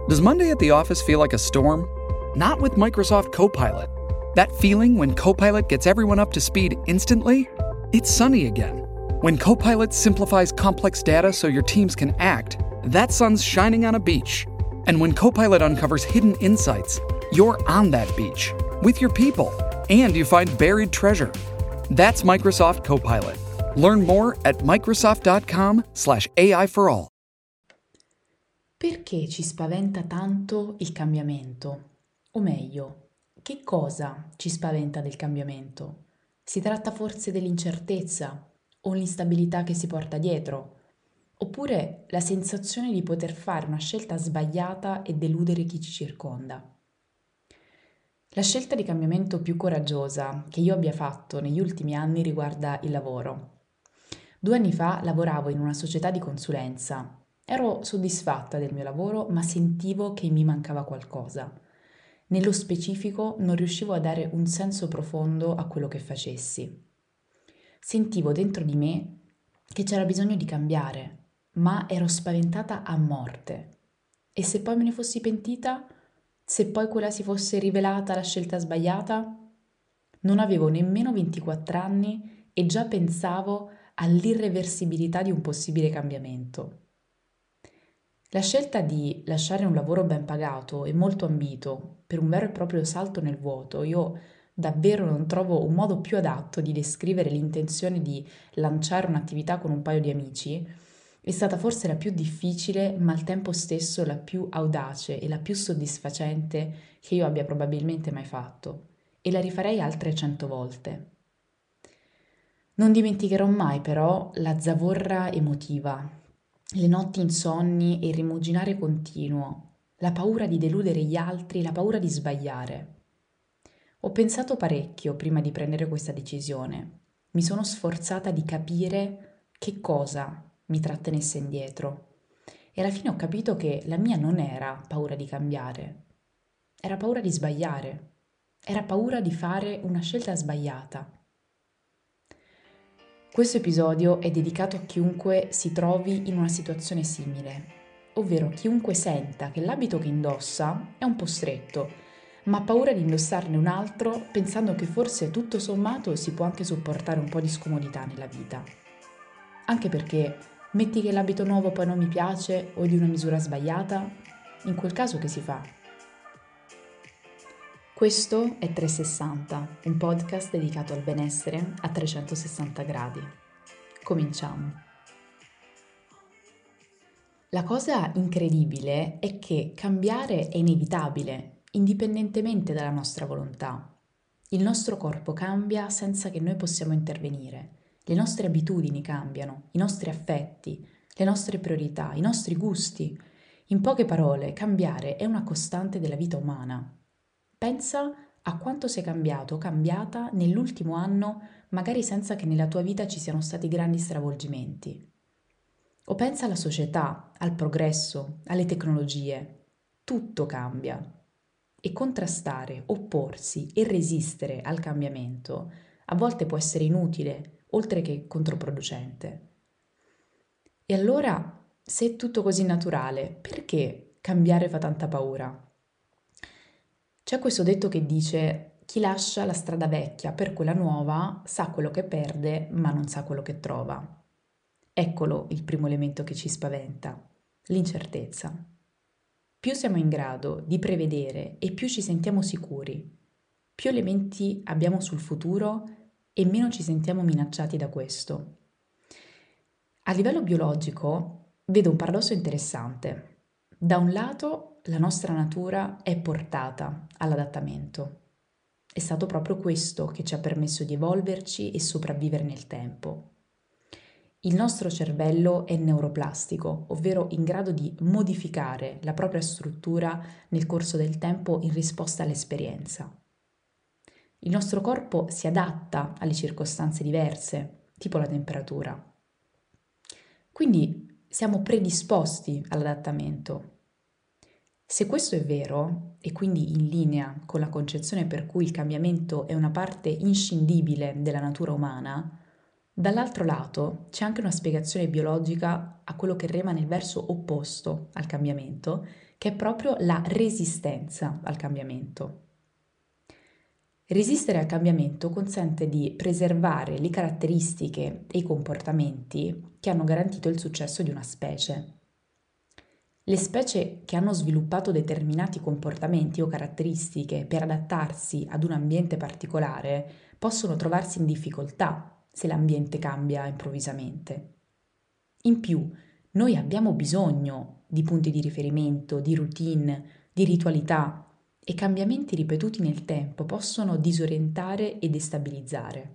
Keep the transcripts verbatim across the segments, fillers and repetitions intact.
Does Monday at the office feel like a storm? Not with Microsoft Copilot. That feeling when Copilot gets everyone up to speed instantly? It's sunny again. When Copilot simplifies complex data so your teams can act, that sun's shining on a beach. And when Copilot uncovers hidden insights, you're on that beach with your people, and you find buried treasure. That's Microsoft Copilot. Learn more at microsoft.com slash AI for all. Perché ci spaventa tanto il cambiamento? O meglio, che cosa ci spaventa del cambiamento? Si tratta forse dell'incertezza o l'instabilità che si porta dietro? Oppure la sensazione di poter fare una scelta sbagliata e deludere chi ci circonda? La scelta di cambiamento più coraggiosa che io abbia fatto negli ultimi anni riguarda il lavoro. Due anni fa lavoravo in una società di consulenza. Ero soddisfatta del mio lavoro, ma sentivo che mi mancava qualcosa. Nello specifico non riuscivo a dare un senso profondo a quello che facessi. Sentivo dentro di me che c'era bisogno di cambiare, ma ero spaventata a morte. E se poi me ne fossi pentita? Se poi quella si fosse rivelata la scelta sbagliata? Non avevo nemmeno ventiquattro anni e già pensavo all'irreversibilità di un possibile cambiamento. La scelta di lasciare un lavoro ben pagato e molto ambito per un vero e proprio salto nel vuoto, io davvero non trovo un modo più adatto di descrivere l'intenzione di lanciare un'attività con un paio di amici, è stata forse la più difficile, ma al tempo stesso la più audace e la più soddisfacente che io abbia probabilmente mai fatto, e la rifarei altre cento volte. Non dimenticherò mai però la zavorra emotiva, le notti insonni e il rimuginare continuo, la paura di deludere gli altri, la paura di sbagliare. Ho pensato parecchio prima di prendere questa decisione. Mi sono sforzata di capire che cosa mi trattenesse indietro e alla fine ho capito che la mia non era paura di cambiare, era paura di sbagliare, era paura di fare una scelta sbagliata. Questo episodio è dedicato a chiunque si trovi in una situazione simile, ovvero chiunque senta che l'abito che indossa è un po' stretto, ma ha paura di indossarne un altro pensando che forse tutto sommato si può anche sopportare un po' di scomodità nella vita. Anche perché metti che l'abito nuovo poi non mi piace o è di una misura sbagliata, in quel caso che si fa? Questo è trecentosessanta, un podcast dedicato al benessere a trecentosessanta gradi. Cominciamo. La cosa incredibile è che cambiare è inevitabile, indipendentemente dalla nostra volontà. Il nostro corpo cambia senza che noi possiamo intervenire. Le nostre abitudini cambiano, i nostri affetti, le nostre priorità, i nostri gusti. In poche parole, cambiare è una costante della vita umana. Pensa a quanto sei cambiato o cambiata nell'ultimo anno, magari senza che nella tua vita ci siano stati grandi stravolgimenti. O pensa alla società, al progresso, alle tecnologie. Tutto cambia. E contrastare, opporsi e resistere al cambiamento a volte può essere inutile, oltre che controproducente. E allora, se è tutto così naturale, perché cambiare fa tanta paura? C'è questo detto che dice: chi lascia la strada vecchia per quella nuova sa quello che perde, ma non sa quello che trova. Eccolo il primo elemento che ci spaventa, l'incertezza. Più siamo in grado di prevedere e più ci sentiamo sicuri, più elementi abbiamo sul futuro e meno ci sentiamo minacciati da questo. A livello biologico vedo un paradosso interessante. Da un lato, la nostra natura è portata all'adattamento. È stato proprio questo che ci ha permesso di evolverci e sopravvivere nel tempo. Il nostro cervello è neuroplastico, ovvero in grado di modificare la propria struttura nel corso del tempo in risposta all'esperienza. Il nostro corpo si adatta alle circostanze diverse, tipo la temperatura. Quindi siamo predisposti all'adattamento. Se questo è vero, e quindi in linea con la concezione per cui il cambiamento è una parte inscindibile della natura umana, Dall'altro lato c'è anche una spiegazione biologica a quello che rema nel verso opposto al cambiamento, che è proprio la resistenza al cambiamento. Resistere al cambiamento consente di preservare le caratteristiche e i comportamenti che hanno garantito il successo di una specie. Le specie che hanno sviluppato determinati comportamenti o caratteristiche per adattarsi ad un ambiente particolare possono trovarsi in difficoltà se l'ambiente cambia improvvisamente. In più, noi abbiamo bisogno di punti di riferimento, di routine, di ritualità e cambiamenti ripetuti nel tempo possono disorientare e destabilizzare.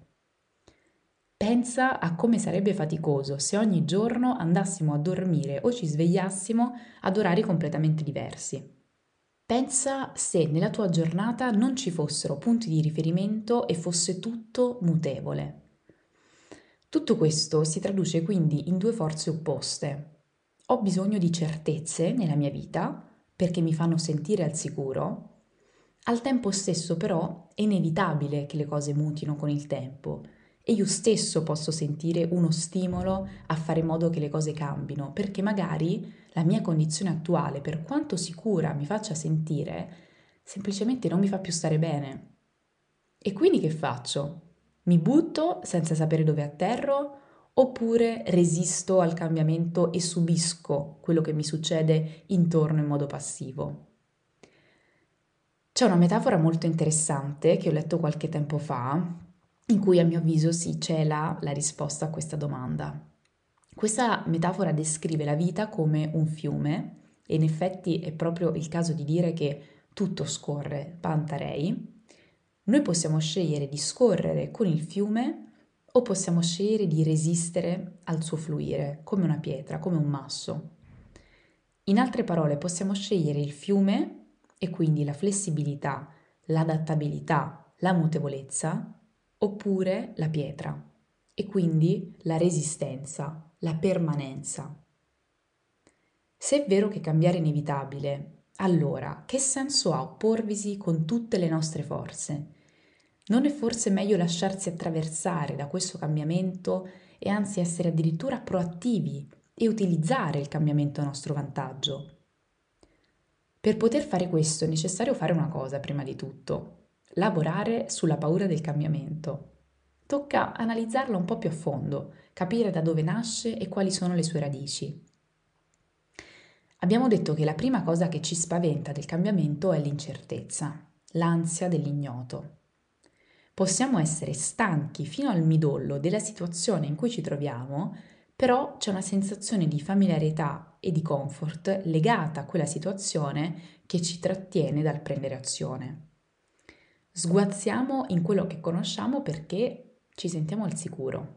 Pensa a come sarebbe faticoso se ogni giorno andassimo a dormire o ci svegliassimo ad orari completamente diversi. Pensa se nella tua giornata non ci fossero punti di riferimento e fosse tutto mutevole. Tutto questo si traduce quindi in due forze opposte. Ho bisogno di certezze nella mia vita perché mi fanno sentire al sicuro. Al tempo stesso però è inevitabile che le cose mutino con il tempo e io stesso posso sentire uno stimolo a fare in modo che le cose cambino, perché magari la mia condizione attuale, per quanto sicura mi faccia sentire, semplicemente non mi fa più stare bene. E quindi che faccio? Mi butto senza sapere dove atterro oppure resisto al cambiamento e subisco quello che mi succede intorno in modo passivo? C'è una metafora molto interessante che ho letto qualche tempo fa, in cui a mio avviso si cela la risposta a questa domanda. Questa metafora descrive la vita come un fiume e in effetti è proprio il caso di dire che tutto scorre, Pantarei. Noi possiamo scegliere di scorrere con il fiume o possiamo scegliere di resistere al suo fluire, come una pietra, come un masso. In altre parole, possiamo scegliere il fiume e quindi la flessibilità, l'adattabilità, la mutevolezza, oppure la pietra e quindi la resistenza, la permanenza. Se è vero che cambiare è inevitabile, allora che senso ha opporvisi con tutte le nostre forze? Non è forse meglio lasciarsi attraversare da questo cambiamento e anzi essere addirittura proattivi e utilizzare il cambiamento a nostro vantaggio? Per poter fare questo è necessario fare una cosa prima di tutto: lavorare sulla paura del cambiamento. Tocca analizzarla un po' più a fondo, capire da dove nasce e quali sono le sue radici. Abbiamo detto che la prima cosa che ci spaventa del cambiamento è l'incertezza, l'ansia dell'ignoto. Possiamo essere stanchi fino al midollo della situazione in cui ci troviamo, però c'è una sensazione di familiarità e di comfort legata a quella situazione che ci trattiene dal prendere azione. Sguazziamo in quello che conosciamo perché ci sentiamo al sicuro.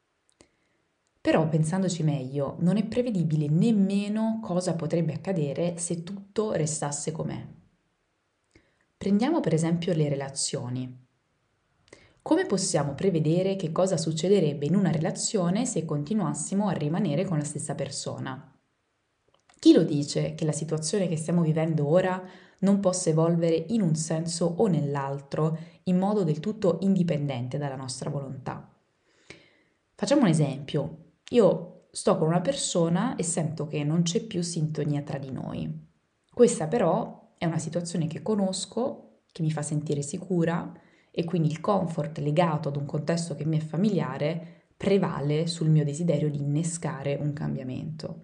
Però, pensandoci meglio, non è prevedibile nemmeno cosa potrebbe accadere se tutto restasse com'è. Prendiamo per esempio le relazioni. Come possiamo prevedere che cosa succederebbe in una relazione se continuassimo a rimanere con la stessa persona? Chi lo dice che la situazione che stiamo vivendo ora non possa evolvere in un senso o nell'altro in modo del tutto indipendente dalla nostra volontà? Facciamo un esempio. Io sto con una persona e sento che non c'è più sintonia tra di noi. Questa però è una situazione che conosco, che mi fa sentire sicura e quindi il comfort legato ad un contesto che mi è familiare prevale sul mio desiderio di innescare un cambiamento.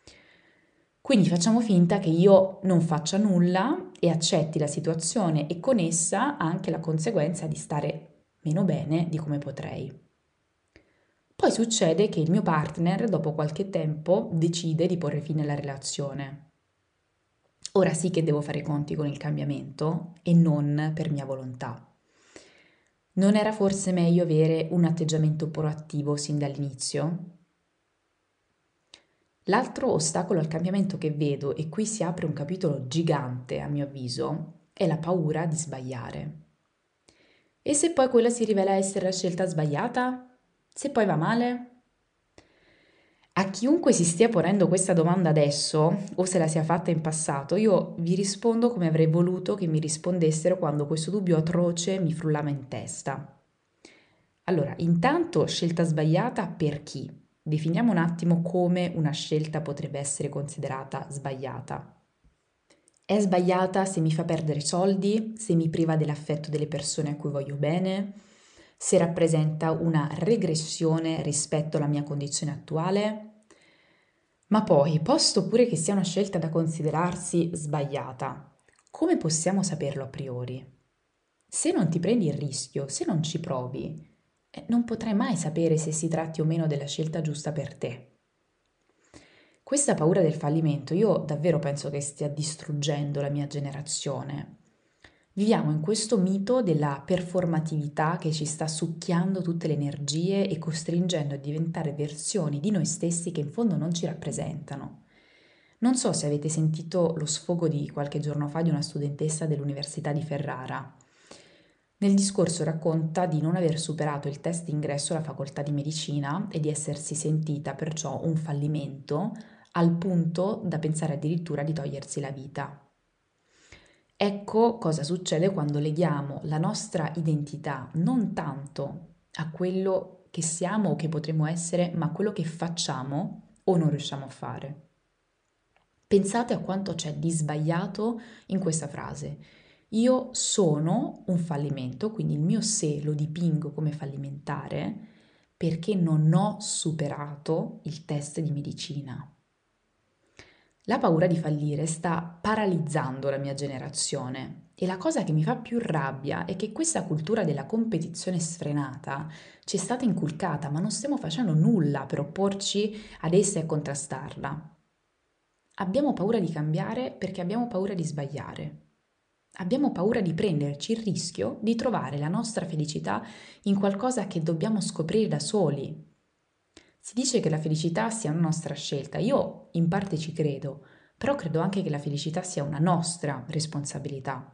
Quindi facciamo finta che io non faccia nulla e accetti la situazione e con essa anche la conseguenza di stare meno bene di come potrei. Poi succede che il mio partner, dopo qualche tempo, decide di porre fine alla relazione. Ora sì che devo fare i conti con il cambiamento e non per mia volontà. Non era forse meglio avere un atteggiamento proattivo sin dall'inizio? L'altro ostacolo al cambiamento che vedo, e qui si apre un capitolo gigante a mio avviso, è la paura di sbagliare. E se poi quella si rivela essere la scelta sbagliata? Se poi va male? A chiunque si stia ponendo questa domanda adesso, o se la sia fatta in passato, io vi rispondo come avrei voluto che mi rispondessero quando questo dubbio atroce mi frullava in testa. Allora, intanto scelta sbagliata per chi? Definiamo un attimo come una scelta potrebbe essere considerata sbagliata. È sbagliata se mi fa perdere soldi, se mi priva dell'affetto delle persone a cui voglio bene, se rappresenta una regressione rispetto alla mia condizione attuale. Ma poi, posto pure che sia una scelta da considerarsi sbagliata, come possiamo saperlo a priori? Se non ti prendi il rischio, se non ci provi, eh, non potrai mai sapere se si tratti o meno della scelta giusta per te. Questa paura del fallimento io davvero penso che stia distruggendo la mia generazione. Viviamo in questo mito della performatività che ci sta succhiando tutte le energie e costringendo a diventare versioni di noi stessi che in fondo non ci rappresentano. Non so se avete sentito lo sfogo di qualche giorno fa di una studentessa dell'Università di Ferrara. Nel discorso racconta di non aver superato il test d'ingresso alla facoltà di medicina e di essersi sentita perciò un fallimento al punto da pensare addirittura di togliersi la vita. Ecco cosa succede quando leghiamo la nostra identità non tanto a quello che siamo o che potremmo essere, ma a quello che facciamo o non riusciamo a fare. Pensate a quanto c'è di sbagliato in questa frase. Io sono un fallimento, quindi il mio sé lo dipingo come fallimentare perché non ho superato il test di medicina. La paura di fallire sta paralizzando la mia generazione e la cosa che mi fa più rabbia è che questa cultura della competizione sfrenata ci è stata inculcata, ma non stiamo facendo nulla per opporci ad essa e contrastarla. Abbiamo paura di cambiare perché abbiamo paura di sbagliare. Abbiamo paura di prenderci il rischio di trovare la nostra felicità in qualcosa che dobbiamo scoprire da soli. Si dice che la felicità sia una nostra scelta, io in parte ci credo, però credo anche che la felicità sia una nostra responsabilità.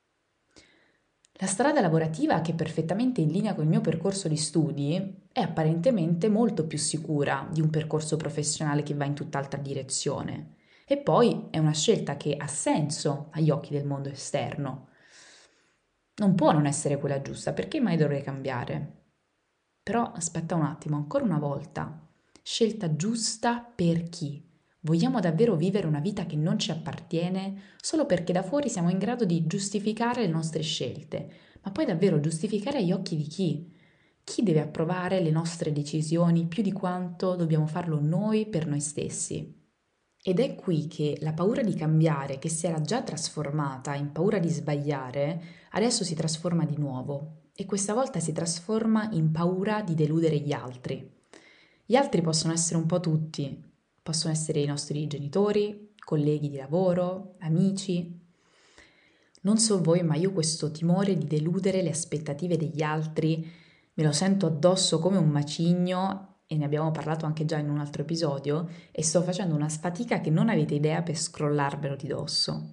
La strada lavorativa, che è perfettamente in linea con il mio percorso di studi, è apparentemente molto più sicura di un percorso professionale che va in tutt'altra direzione. E poi è una scelta che ha senso agli occhi del mondo esterno. Non può non essere quella giusta, perché mai dovrei cambiare? Però aspetta un attimo, ancora una volta, scelta giusta per chi? Vogliamo davvero vivere una vita che non ci appartiene solo perché da fuori siamo in grado di giustificare le nostre scelte, ma poi davvero giustificare agli occhi di chi? Chi deve approvare le nostre decisioni più di quanto dobbiamo farlo noi per noi stessi? Ed è qui che la paura di cambiare, che si era già trasformata in paura di sbagliare, adesso si trasforma di nuovo e questa volta si trasforma in paura di deludere gli altri. Gli altri possono essere un po' tutti, possono essere i nostri genitori, colleghi di lavoro, amici. Non so voi, ma io questo timore di deludere le aspettative degli altri me lo sento addosso come un macigno e ne abbiamo parlato anche già in un altro episodio e sto facendo una fatica che non avete idea per scrollarvelo di dosso.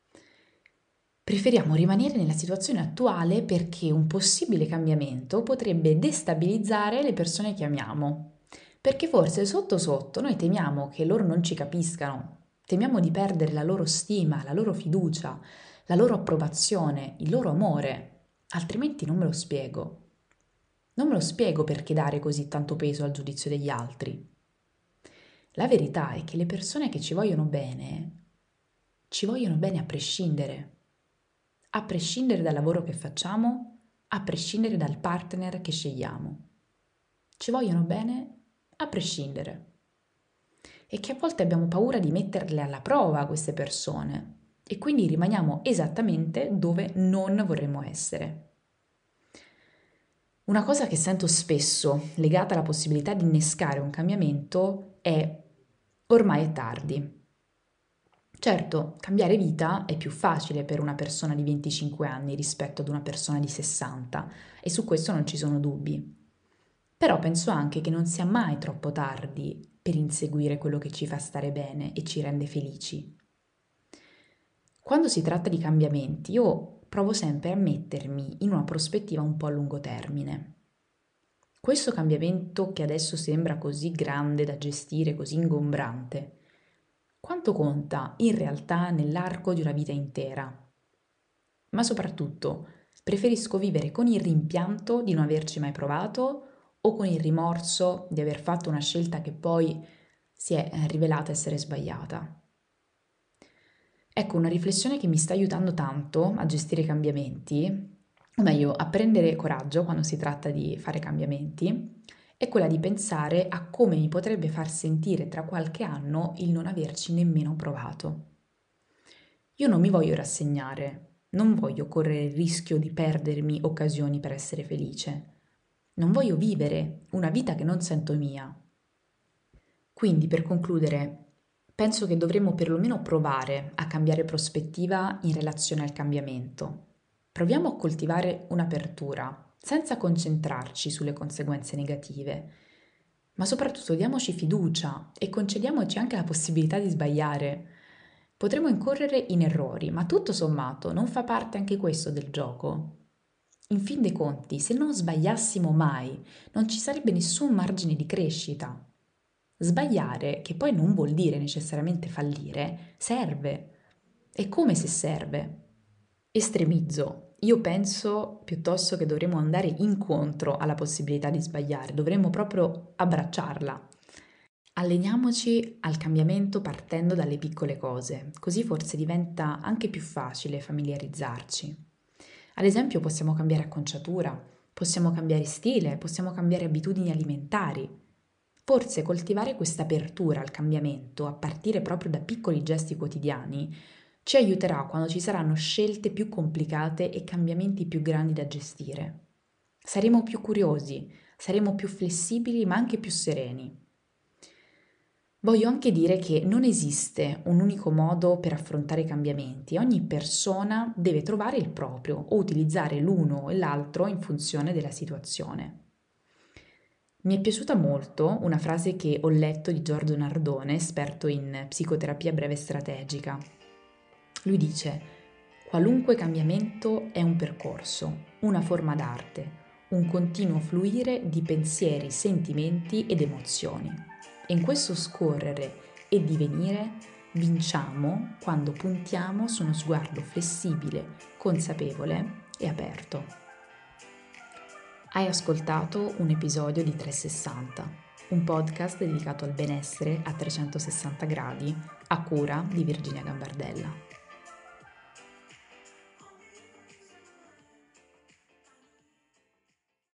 Preferiamo rimanere nella situazione attuale perché un possibile cambiamento potrebbe destabilizzare le persone che amiamo. Perché forse sotto sotto noi temiamo che loro non ci capiscano, temiamo di perdere la loro stima, la loro fiducia, la loro approvazione, il loro amore, altrimenti non me lo spiego. Non me lo spiego perché dare così tanto peso al giudizio degli altri. La verità è che le persone che ci vogliono bene, ci vogliono bene a prescindere. A prescindere dal lavoro che facciamo, a prescindere dal partner che scegliamo. Ci vogliono bene a prescindere. E che a volte abbiamo paura di metterle alla prova queste persone e quindi rimaniamo esattamente dove non vorremmo essere. Una cosa che sento spesso legata alla possibilità di innescare un cambiamento è ormai è tardi. Certo, cambiare vita è più facile per una persona di venticinque anni rispetto ad una persona di sessanta e su questo non ci sono dubbi. Però penso anche che non sia mai troppo tardi per inseguire quello che ci fa stare bene e ci rende felici. Quando si tratta di cambiamenti, io provo sempre a mettermi in una prospettiva un po' a lungo termine. Questo cambiamento che adesso sembra così grande da gestire, così ingombrante, quanto conta in realtà nell'arco di una vita intera? Ma soprattutto, Preferisco vivere con il rimpianto di non averci mai provato o con il rimorso di aver fatto una scelta che poi si è rivelata essere sbagliata. Ecco, una riflessione che mi sta aiutando tanto a gestire i cambiamenti, o meglio, a prendere coraggio quando si tratta di fare cambiamenti, è quella di pensare a come mi potrebbe far sentire tra qualche anno il non averci nemmeno provato. Io non mi voglio rassegnare, non voglio correre il rischio di perdermi occasioni per essere felice. Non voglio vivere una vita che non sento mia. Quindi, per concludere, penso che dovremmo perlomeno provare a cambiare prospettiva in relazione al cambiamento. Proviamo a coltivare un'apertura, senza concentrarci sulle conseguenze negative, ma soprattutto diamoci fiducia e concediamoci anche la possibilità di sbagliare. Potremo incorrere in errori, ma tutto sommato non fa parte anche questo del gioco? In fin dei conti, se non sbagliassimo mai, non ci sarebbe nessun margine di crescita. Sbagliare, che poi non vuol dire necessariamente fallire, serve. È come se serve. Estremizzo. Io penso piuttosto che dovremmo andare incontro alla possibilità di sbagliare, dovremmo proprio abbracciarla. Alleniamoci al cambiamento partendo dalle piccole cose, così forse diventa anche più facile familiarizzarci. Ad esempio possiamo cambiare acconciatura, possiamo cambiare stile, possiamo cambiare abitudini alimentari. Forse coltivare questa apertura al cambiamento, a partire proprio da piccoli gesti quotidiani, ci aiuterà quando ci saranno scelte più complicate e cambiamenti più grandi da gestire. Saremo più curiosi, saremo più flessibili ma anche più sereni. Voglio anche dire che non esiste un unico modo per affrontare i cambiamenti, ogni persona deve trovare il proprio o utilizzare l'uno e l'altro in funzione della situazione. Mi è piaciuta molto una frase che ho letto di Giorgio Nardone, esperto in psicoterapia breve strategica. Lui dice: qualunque cambiamento è un percorso, una forma d'arte, un continuo fluire di pensieri, sentimenti ed emozioni. E in questo scorrere e divenire vinciamo quando puntiamo su uno sguardo flessibile, consapevole e aperto. Hai ascoltato un episodio di trecentosessanta, un podcast dedicato al benessere a trecentosessanta gradi, a cura di Virginia Gambardella.